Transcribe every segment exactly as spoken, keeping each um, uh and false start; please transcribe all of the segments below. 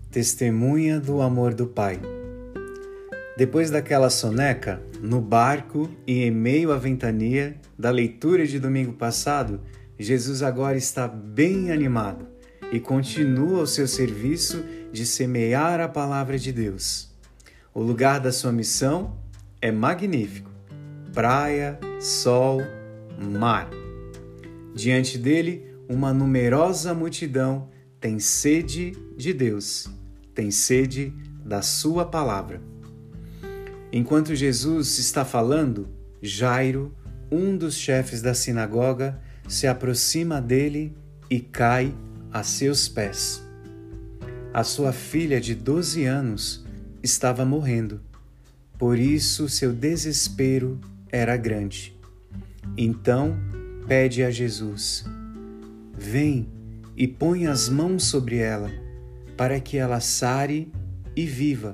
Testemunha do amor do Pai. Depois daquela soneca, no barco e em meio à ventania da leitura de domingo passado, Jesus agora está bem animado e continua o seu serviço de semear a palavra de Deus. O lugar da sua missão é magnífico: praia, sol, mar. Diante dele, uma numerosa multidão tem sede de Deus, tem sede da sua palavra. Enquanto Jesus está falando, Jairo, um dos chefes da sinagoga, se aproxima dele e cai a seus pés. A sua filha de doze anos estava morrendo, por isso seu desespero era grande. Então pede a Jesus: vem e põe as mãos sobre ela, para que ela sare e viva.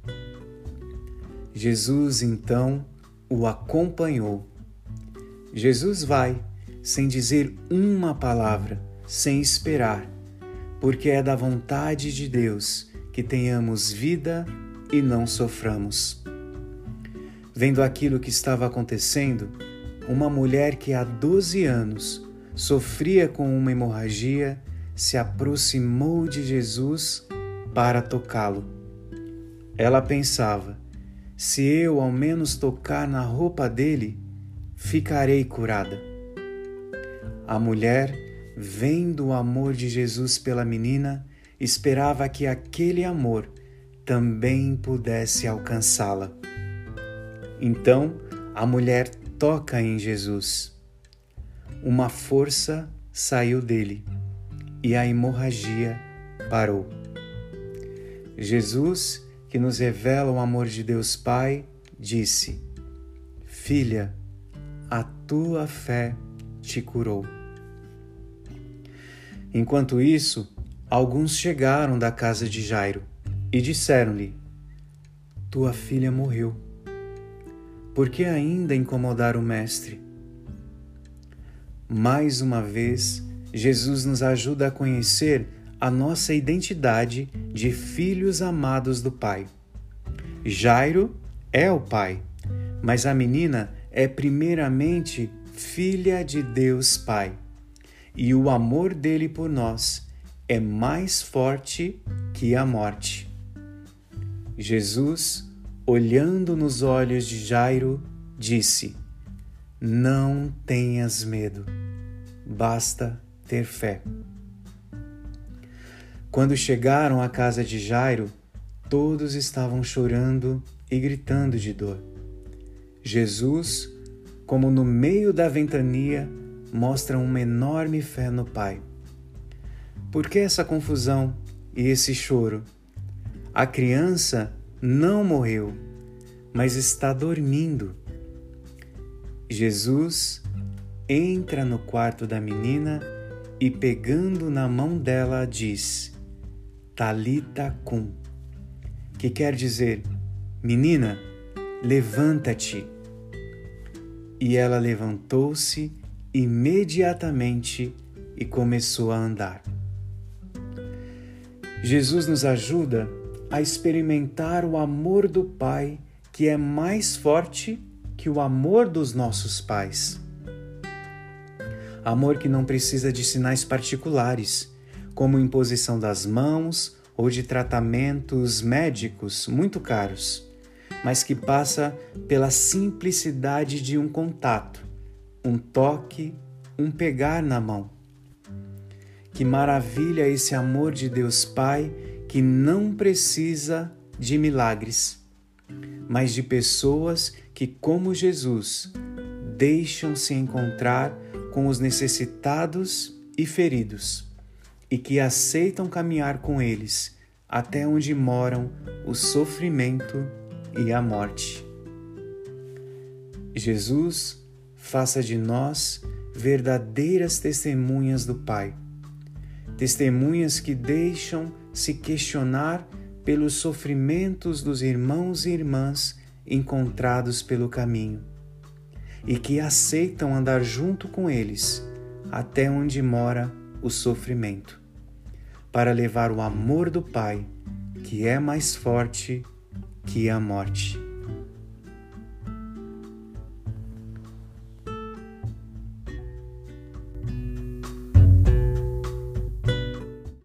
Jesus então o acompanhou. Jesus vai, sem dizer uma palavra, sem esperar, porque é da vontade de Deus que tenhamos vida e não soframos. Vendo aquilo que estava acontecendo, uma mulher que há doze anos sofria com uma hemorragia se aproximou de Jesus para tocá-lo. Ela pensava: se eu ao menos tocar na roupa dele, ficarei curada. A mulher, vendo o amor de Jesus pela menina, esperava que aquele amor também pudesse alcançá-la. Então, a mulher toca em Jesus. Uma força saiu dele e a hemorragia parou. Jesus, que nos revela o amor de Deus Pai, disse: filha, a tua fé te curou. Enquanto isso, alguns chegaram da casa de Jairo e disseram-lhe: tua filha morreu. Por que ainda incomodar o mestre? Mais uma vez, Jesus nos ajuda a conhecer a nossa identidade de filhos amados do Pai. Jairo é o pai, mas a menina é primeiramente filha de Deus Pai. E o amor dele por nós é mais forte que a morte. Jesus, olhando nos olhos de Jairo, disse: não tenhas medo, basta ter fé. Quando chegaram à casa de Jairo, todos estavam chorando e gritando de dor. Jesus, como no meio da ventania, mostra uma enorme fé no Pai. Por que essa confusão e esse choro? A criança não morreu, mas está dormindo. Jesus entra no quarto da menina e, pegando na mão dela, diz: Talita cum, que quer dizer: menina, levanta-te. E ela levantou-se imediatamente e começou a andar. Jesus nos ajuda a experimentar o amor do Pai, que é mais forte que o amor dos nossos pais. Amor que não precisa de sinais particulares, como imposição das mãos ou de tratamentos médicos muito caros, mas que passa pela simplicidade de um contato, um toque, um pegar na mão. Que maravilha esse amor de Deus Pai, que não precisa de milagres, mas de pessoas que, como Jesus, deixam-se encontrar com os necessitados e feridos e que aceitam caminhar com eles até onde moram o sofrimento e a morte. Jesus, faça de nós verdadeiras testemunhas do Pai, testemunhas que deixam se questionar pelos sofrimentos dos irmãos e irmãs encontrados pelo caminho e que aceitam andar junto com eles até onde mora o sofrimento, para levar o amor do Pai que é mais forte que a morte.